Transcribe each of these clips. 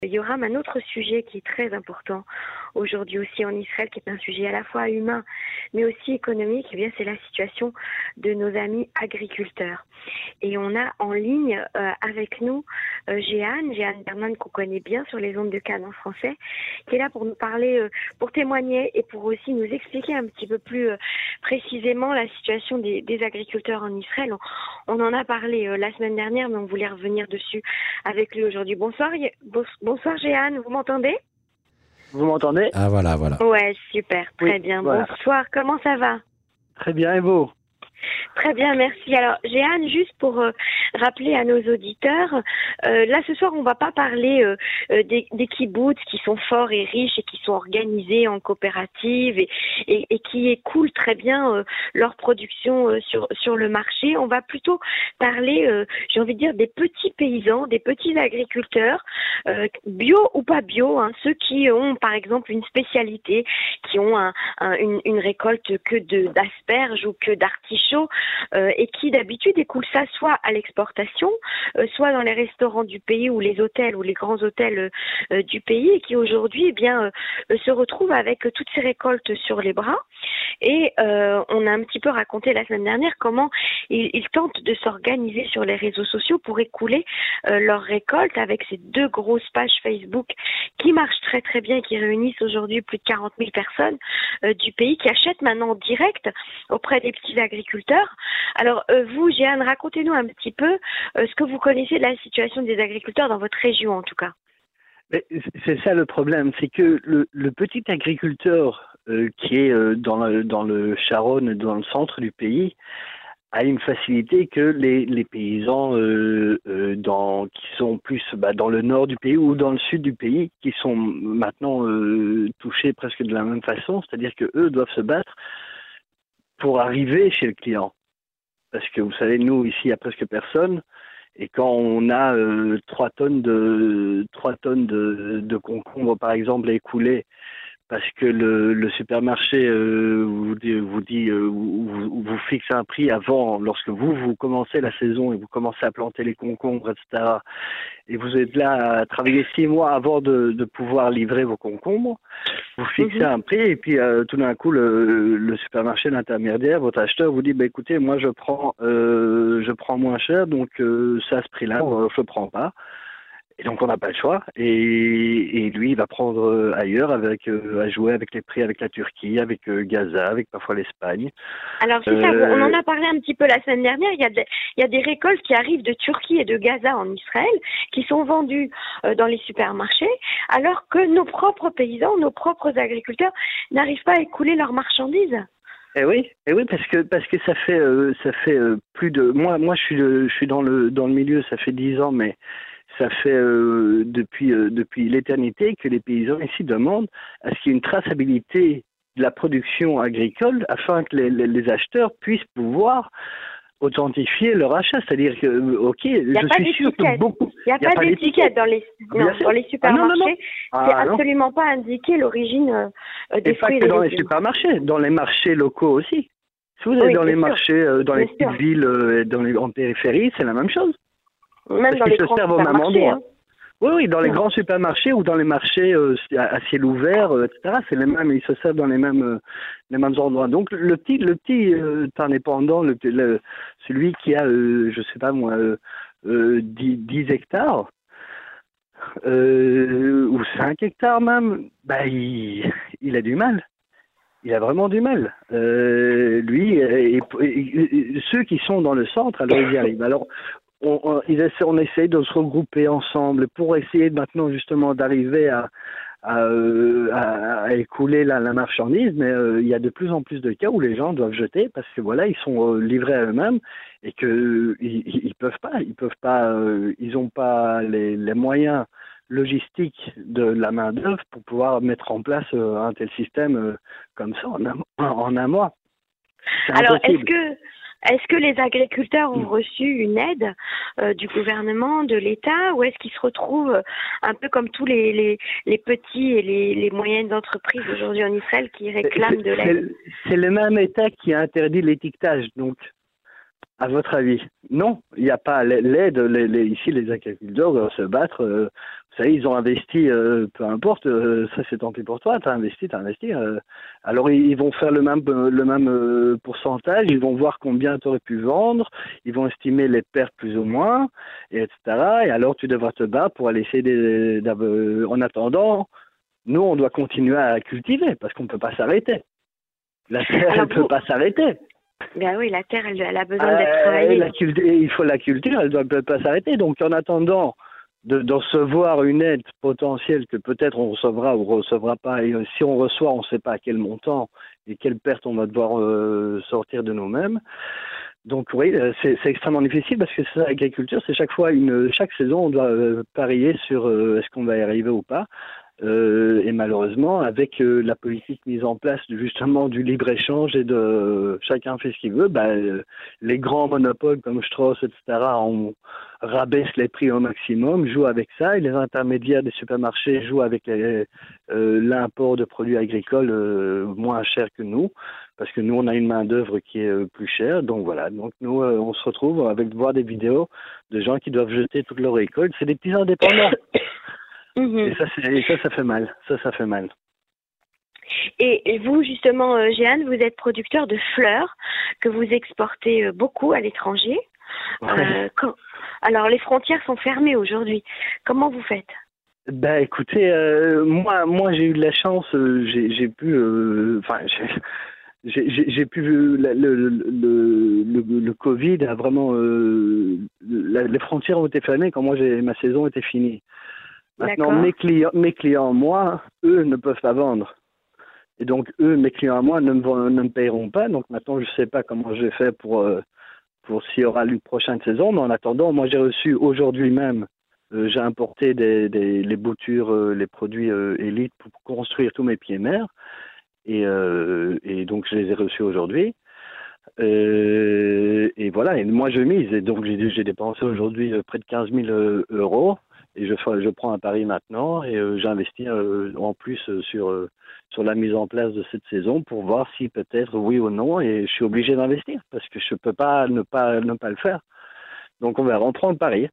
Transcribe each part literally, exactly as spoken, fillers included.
Il y aura un autre sujet qui est très important aujourd'hui aussi en Israël, qui est un sujet à la fois humain mais aussi économique. Eh bien, c'est la situation de nos amis agriculteurs. Et on a en ligne euh, avec nous euh, Jeanne, Jeanne Berman, qu'on connaît bien sur les ondes de Cannes en français, qui est là pour nous parler, euh, pour témoigner et pour aussi nous expliquer un petit peu plus euh, précisément la situation des, des agriculteurs en Israël. On, on en a parlé euh, la semaine dernière, mais on voulait revenir dessus avec lui aujourd'hui. Bonsoir, bonsoir Jeanne, vous m'entendez? Vous m'entendez? Ah voilà, voilà. Ouais, super, très Oui, bien. voilà. Bonsoir, comment ça va? Très bien, et vous? Très bien, merci. Alors, Jeanne, juste pour euh, rappeler à nos auditeurs, euh, là ce soir, on va pas parler euh, euh, des, des kibboutz qui sont forts et riches et qui sont organisés en coopérative et, et, et qui écoulent très bien euh, leur production euh, sur sur le marché. On va plutôt parler, euh, j'ai envie de dire, des petits paysans, des petits agriculteurs, euh, bio ou pas bio, hein, ceux qui ont par exemple une spécialité, qui ont un, un, une, une récolte que de d'asperges ou que d'artichauts. Euh, et qui d'habitude écoulent ça soit à l'exportation, euh, soit dans les restaurants du pays ou les hôtels ou les grands hôtels euh, du pays, et qui aujourd'hui eh bien euh, se retrouvent avec toutes ces récoltes sur les bras. Et euh, on a un petit peu raconté la semaine dernière comment ils, ils tentent de s'organiser sur les réseaux sociaux pour écouler euh, leurs récoltes avec ces deux grosses pages Facebook qui marchent très très bien et qui réunissent aujourd'hui plus de quarante mille personnes euh, du pays qui achètent maintenant en direct auprès des petits agriculteurs. Alors euh, vous, Jeanne, racontez-nous un petit peu euh, ce que vous connaissez de la situation des agriculteurs dans votre région en tout cas. Mais c'est ça le problème, c'est que le, le petit agriculteur euh, qui est euh, dans, le, dans le Sharon, dans le centre du pays, a une facilité que les, les paysans euh, euh, dans, qui sont plus bah, dans le nord du pays ou dans le sud du pays, qui sont maintenant euh, touchés presque de la même façon, c'est-à-dire que eux doivent se battre pour arriver chez le client. Parce que vous savez, nous, ici, il n'y a presque personne. Et quand on a euh, trois tonnes de trois tonnes de, de concombres, par exemple, à écouler, parce que le, le supermarché euh, vous dit, vous, dit euh, vous, vous fixe un prix avant, lorsque vous, vous commencez la saison et vous commencez à planter les concombres, et cetera. Et vous êtes là à travailler six mois avant de, de pouvoir livrer vos concombres. Vous fixez mm-hmm. un prix et puis euh, tout d'un coup, le, le supermarché, l'intermédiaire, votre acheteur vous dit bah, écoutez, moi je prends, euh, je prends moins cher, donc euh, c'est à ce prix-là, euh, je ne prends pas. Et donc on n'a pas le choix. Et, et lui, il va prendre ailleurs, avec, euh, à jouer avec les prix, avec la Turquie, avec euh, Gaza, avec parfois l'Espagne. Alors c'est euh... ça, on en a parlé un petit peu la semaine dernière. Il y a, de, il y a des récoltes qui arrivent de Turquie et de Gaza en Israël, qui sont vendues euh, dans les supermarchés, alors que nos propres paysans, nos propres agriculteurs n'arrivent pas à écouler leurs marchandises. Eh oui, eh oui, parce que parce que ça fait euh, ça fait euh, plus de moi moi je suis je suis dans le dans le milieu, ça fait dix ans, mais ça fait euh, depuis euh, depuis l'éternité que les paysans ici demandent à ce qu'il y ait une traçabilité de la production agricole afin que les, les, les acheteurs puissent pouvoir authentifier leur achat. C'est-à-dire que, ok, je suis sûr que beaucoup... Il n'y a, a pas d'étiquette dans les, non, dans les supermarchés. Ah, non, non, non. Ah, c'est non. absolument pas indiqué l'origine euh, des et fruits et pas que dans les les supermarchés, dans les marchés locaux aussi. Si vous allez oui, dans les sûr. marchés, euh, dans bien les petites sûr. villes, euh, dans les, en périphérie, c'est la même chose. Même Parce dans les se grands servent au même endroit. Hein. Oui, oui, dans les grands supermarchés ou dans les marchés euh, à ciel ouvert, euh, et cetera. C'est les mêmes, ils se servent dans les mêmes, euh, les mêmes endroits. Donc le petit, le petit euh, indépendant, le, le, celui qui a, euh, je sais pas moi, euh, euh, dix, dix hectares euh, ou cinq hectares même, bah il, il a du mal. Il a vraiment du mal. Euh, lui et, et, et, et ceux qui sont dans le centre, alors ils y arrivent. Alors On, on, ils essaient, on essaye de se regrouper ensemble pour essayer maintenant justement d'arriver à, à, à, à écouler la, la marchandise, mais euh, il y a de plus en plus de cas où les gens doivent jeter parce que voilà, ils sont euh, livrés à eux-mêmes et que ils, ils peuvent pas, ils peuvent pas, euh, ils ont pas les, les moyens logistiques de la main d'œuvre pour pouvoir mettre en place euh, un tel système euh, comme ça en un, en un mois. Alors, est-ce que Est-ce que les agriculteurs ont reçu une aide euh, du gouvernement, de l'État, ou est-ce qu'ils se retrouvent un peu comme tous les, les, les petits et les, les moyennes entreprises aujourd'hui en Israël qui réclament de l'aide? C'est le même État qui a interdit l'étiquetage. Donc, À votre avis? Non, il n'y a pas l'aide. Les, les, ici, les agriculteurs doivent se battre. Euh, vous savez, ils ont investi, euh, peu importe, euh, ça c'est tant pis pour toi, tu as investi, tu as investi. Euh, alors, ils, ils vont faire le même, le même euh, pourcentage, ils vont voir combien tu aurais pu vendre, ils vont estimer les pertes plus ou moins, et etc. Et alors, tu devras te battre pour aller essayer des, des, en attendant, nous, on doit continuer à cultiver parce qu'on ne peut pas s'arrêter. La terre, elle ne peut pas s'arrêter. Ben oui, la terre, elle, elle a besoin d'être euh, travaillée. La il faut la culture, elle ne doit pas s'arrêter. Donc, en attendant de, de recevoir une aide potentielle que peut-être on recevra ou recevra pas, et si on reçoit, on ne sait pas à quel montant et quelle perte on va devoir euh, sortir de nous-mêmes. Donc oui, c'est extrêmement difficile parce que l'agriculture, c'est chaque fois une, chaque saison, on doit euh, parier sur euh, est-ce qu'on va y arriver ou pas. Euh, et malheureusement, avec euh, la politique mise en place justement du libre-échange et de euh, chacun fait ce qu'il veut, bah, euh, les grands monopoles comme Strauss, et cetera, on rabaisse les prix au maximum, jouent avec ça, et les intermédiaires des supermarchés jouent avec euh, l'import de produits agricoles euh, moins chers que nous, parce que nous, on a une main-d'œuvre qui est euh, plus chère. Donc voilà, donc nous, euh, on se retrouve avec voir des vidéos de gens qui doivent jeter toute leur récolte. C'est des petits indépendants. Mmh. Et, ça, et ça, ça fait mal. Ça, ça fait mal. Et vous, justement, euh, Jehan, vous êtes producteur de fleurs que vous exportez euh, beaucoup à l'étranger. Ouais. Euh, quand... Alors, les frontières sont fermées aujourd'hui. Comment vous faites? Ben, écoutez, euh, moi, moi, j'ai eu de la chance. Euh, j'ai pu, enfin, euh, j'ai pu le, le, le, le, le Covid a vraiment, euh, la, les frontières ont été fermées quand moi, ma saison était finie. Maintenant, mes clients, mes clients, moi, eux, ne peuvent pas vendre. Et donc, eux, mes clients à moi, ne me, ne me paieront pas. Donc, maintenant, je ne sais pas comment je vais faire pour, euh, pour s'il y aura une prochaine saison. Mais en attendant, moi, j'ai reçu aujourd'hui même, euh, j'ai importé des, des, les boutures, euh, les produits euh, élites pour construire tous mes pieds mers. Et, euh, et donc, je les ai reçus aujourd'hui. Euh, et voilà, et moi, je mise. Et donc, j'ai dépensé aujourd'hui près de quinze mille euros. Et je, je prends un pari maintenant et euh, j'investis euh, en plus euh, sur, euh, sur la mise en place de cette saison pour voir si peut-être oui ou non. Et je suis obligé d'investir parce que je ne peux pas ne, pas ne pas le faire. Donc on verra, on prend le pari.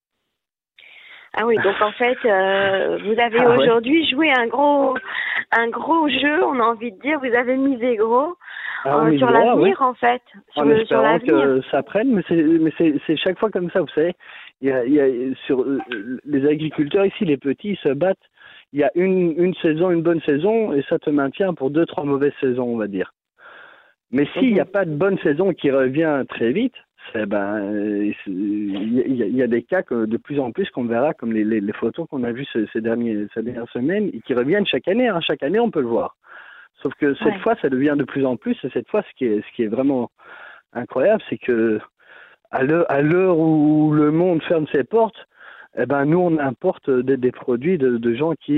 Ah oui, donc en fait, euh, vous avez ah, aujourd'hui ouais. joué un gros, un gros jeu, on a envie de dire, vous avez misé gros ah, euh, sur l'avenir ouais. en fait. Sur en le, espérant sur que ça prenne, mais c'est chaque fois comme ça, vous savez. Il y a, il y a, sur euh, les agriculteurs ici, les petits, ils se battent. Il y a une, une saison, une bonne saison, et ça te maintient pour deux, trois mauvaises saisons, on va dire. Mais s'il n'y mm-hmm. a pas de bonne saison qui revient très vite, ben, il y, y, y a des cas que de plus en plus qu'on verra, comme les, les, les photos qu'on a vues ces, ces, derniers, ces dernières semaines, et qui reviennent chaque année. Hein, chaque année, on peut le voir. Sauf que cette ouais. fois, ça devient de plus en plus. Et cette fois, ce qui est, ce qui est vraiment incroyable, c'est que à l'heure où le monde ferme ses portes, eh ben nous on importe des, des produits de, de gens qui,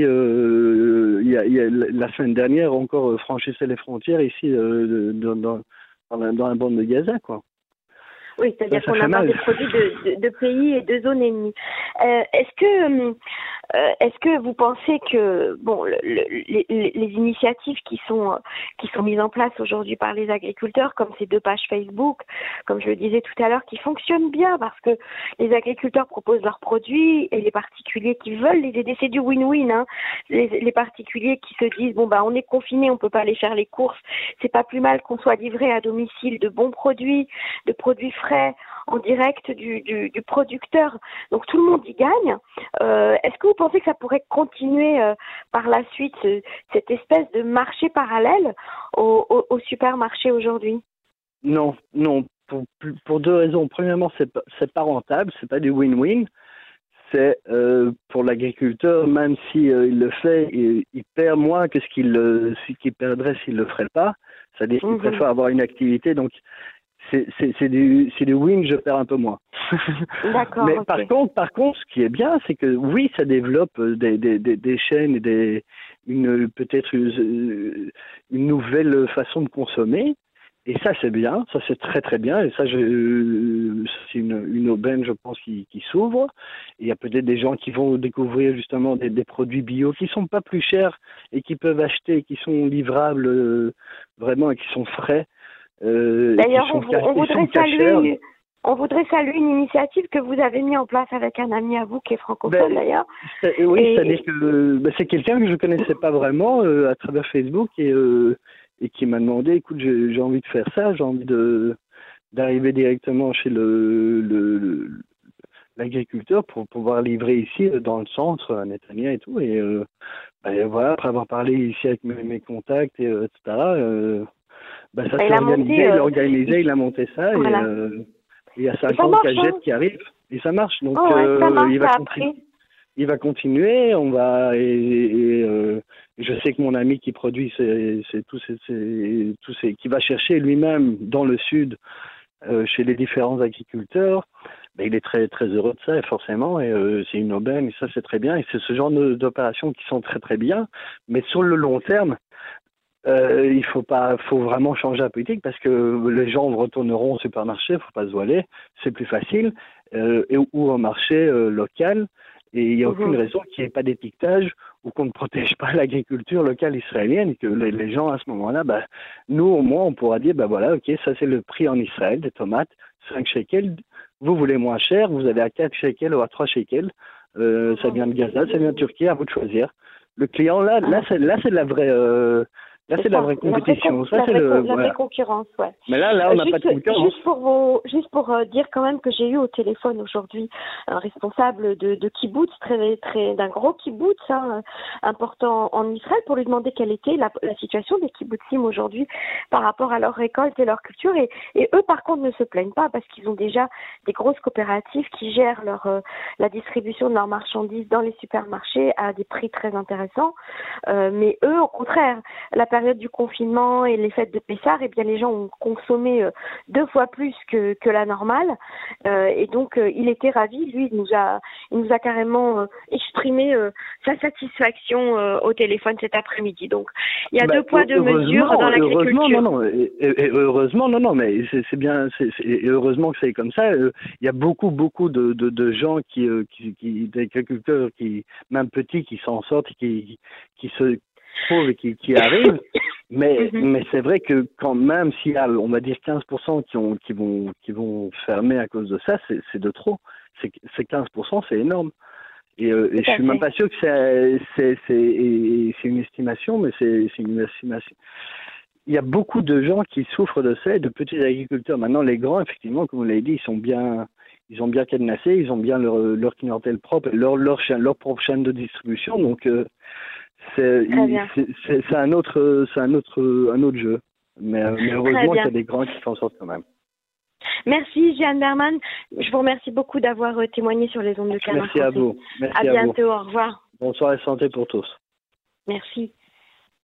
euh, y a, y a, la semaine dernière encore franchissaient les frontières ici euh, dans, dans, dans, la, dans la bande de Gaza, quoi. Oui, c'est-à-dire qu'on importe des produits de, de, de pays et de zones ennemies. Euh, est-ce que, euh, est-ce que vous pensez que, bon, le, le, les, les initiatives qui sont qui sont mises en place aujourd'hui par les agriculteurs, comme ces deux pages Facebook, comme je le disais tout à l'heure, qui fonctionnent bien parce que les agriculteurs proposent leurs produits et les particuliers qui veulent les aider, c'est du win-win. Hein. Les, les particuliers qui se disent bon bah on est confinés, on peut pas aller faire les courses, c'est pas plus mal qu'on soit livré à domicile de bons produits, de produits frais en direct du, du, du producteur. Donc tout le monde y gagne. Euh, Est-ce que vous pensez que ça pourrait continuer euh, par la suite, ce, cette espèce de marché parallèle au, au, au supermarché aujourd'hui? Non, non. Pour, pour deux raisons. Premièrement, c'est pas, c'est pas rentable, c'est pas du win-win. C'est euh, pour l'agriculteur, même si euh, il le fait, il, il perd moins que ce qu'il euh, qu'il perdrait s'il le ferait pas. C'est-à-dire qu'il mmh. préfère avoir une activité. Donc c'est du, du win, je perds un peu moins. D'accord. Mais okay. par contre, par contre, ce qui est bien, c'est que oui, ça développe des, des, des, des chaînes, des, une peut-être une, une nouvelle façon de consommer. Et ça, c'est bien, ça c'est très très bien. Et ça, c'est une, une aubaine, je pense, qui, qui s'ouvre. Il y a peut-être des gens qui vont découvrir justement des, des produits bio qui sont pas plus chers et qui peuvent acheter, qui sont livrables euh, vraiment et qui sont frais. Euh, D'ailleurs, on, on voudrait saluer, on voudrait saluer une initiative que vous avez mis en place avec un ami à vous qui est francophone Ben, d'ailleurs. c'est- oui, Et- c'est-à-dire que ben, c'est quelqu'un que je connaissais pas vraiment euh, à travers Facebook et, euh, et qui m'a demandé, écoute, j'ai j'ai envie de faire ça, j'ai envie de d'arriver directement chez le le- le- l'agriculteur pour pouvoir livrer ici euh, dans le centre à Netanya et tout. Et euh, ben, voilà, après avoir parlé ici avec mes, mes contacts et euh, et cetera. Euh, ben, ça Ben, s'est il a organisé, monté, il euh, a organisé, il- il a monté ça et voilà. euh, il y a Et ça cinquante marche, hein. cagettes qui arrivent et ça marche. Donc Oh, ouais, ça euh, marche il va ça, continuer. après. Il va continuer, on va et, et, euh, je sais que mon ami qui produit c'est c'est tous ces, ces- tous ces qui va chercher lui-même dans le sud euh, chez les différents agriculteurs, ben, il est très très heureux de ça forcément et euh, c'est une aubaine et ça c'est très bien et c'est ce genre de- d'opérations qui sont très très bien, mais sur le long terme euh, il faut pas, faut vraiment changer la politique parce que les gens retourneront au supermarché, faut pas se voiler, c'est plus facile, euh, et, ou au marché euh, local. Et il n'y a aucune Mhm. raison qu'il n'y ait pas d'étiquetage ou qu'on ne protège pas l'agriculture locale israélienne et que les, les gens à ce moment-là, bah, nous au moins on pourra dire, bah voilà, ok, ça c'est le prix en Israël des tomates, cinq shekels, vous voulez moins cher, vous allez à quatre shekels ou à trois shekels, euh, ça vient de Gaza, ça vient de Turquie, à vous de choisir. Le client là, là c'est là c'est de la vraie euh, Là, c'est la ça, vraie la vraie, compétition. con- Ça, la c'est vraie, le. con- la vraie Voilà. concurrence, ouais. Mais là, là, on Euh, n'a pas de juste, concurrence. juste pour vous, juste pour euh, dire quand même que j'ai eu au téléphone aujourd'hui un responsable de, de kibbutz, très, très, d'un gros kibbutz hein, important en Israël, pour lui demander quelle était la, la situation des kibbutzim aujourd'hui par rapport à leur récolte et leur culture. Et, et eux, par contre, ne se plaignent pas parce qu'ils ont déjà des grosses coopératives qui gèrent leur, euh, la distribution de leurs marchandises dans les supermarchés à des prix très intéressants. Euh, mais eux, au contraire, la période du confinement et les fêtes de Pessah, eh bien les gens ont consommé euh, deux fois plus que, que la normale euh, et donc euh, il était ravi. Lui, il nous a, il nous a carrément euh, exprimé euh, sa satisfaction euh, au téléphone cet après-midi. Donc il y a Bah, deux poids deux mesures dans l'agriculture. Heureusement, non, non, et, et, et heureusement, non, non, mais c'est c'est bien, c'est c'est- et heureusement que c'est comme ça. Euh, Il y a beaucoup, beaucoup de, de, de gens qui, euh, qui, qui d'agriculteurs qui, même petits, qui s'en sortent, qui, qui se trouvent et qui, qui arrivent. Mais, Mhm. mais c'est vrai que quand même, s'il y a, on va dire quinze pour cent qui ont, qui vont, qui vont fermer à cause de ça, c'est c'est de trop. C'est c'est quinze pour cent, c'est énorme. Et, euh, et je suis même pas sûr que c'est c'est c'est c'est une estimation, mais c'est c'est une estimation. Il y a beaucoup de gens qui souffrent de ça, et de petits agriculteurs. Maintenant, les grands, effectivement, comme vous l'avez dit, ils sont bien, ils ont bien cadenassé, ils ont bien leur leur clientèle propre, et leur leur chaîne, leur propre chaîne de distribution. Donc euh, c'est c'est c'est c'est un autre c'est un autre un autre jeu. Mais, mais heureusement qu'il y a des grands qui s'en sortent quand même. Merci Jeanne Berman. Je vous remercie beaucoup d'avoir euh, témoigné sur les ondes de Canal Merci à vous. Merci à à bientôt. vous. Au revoir. Bonsoir et santé pour tous. Merci.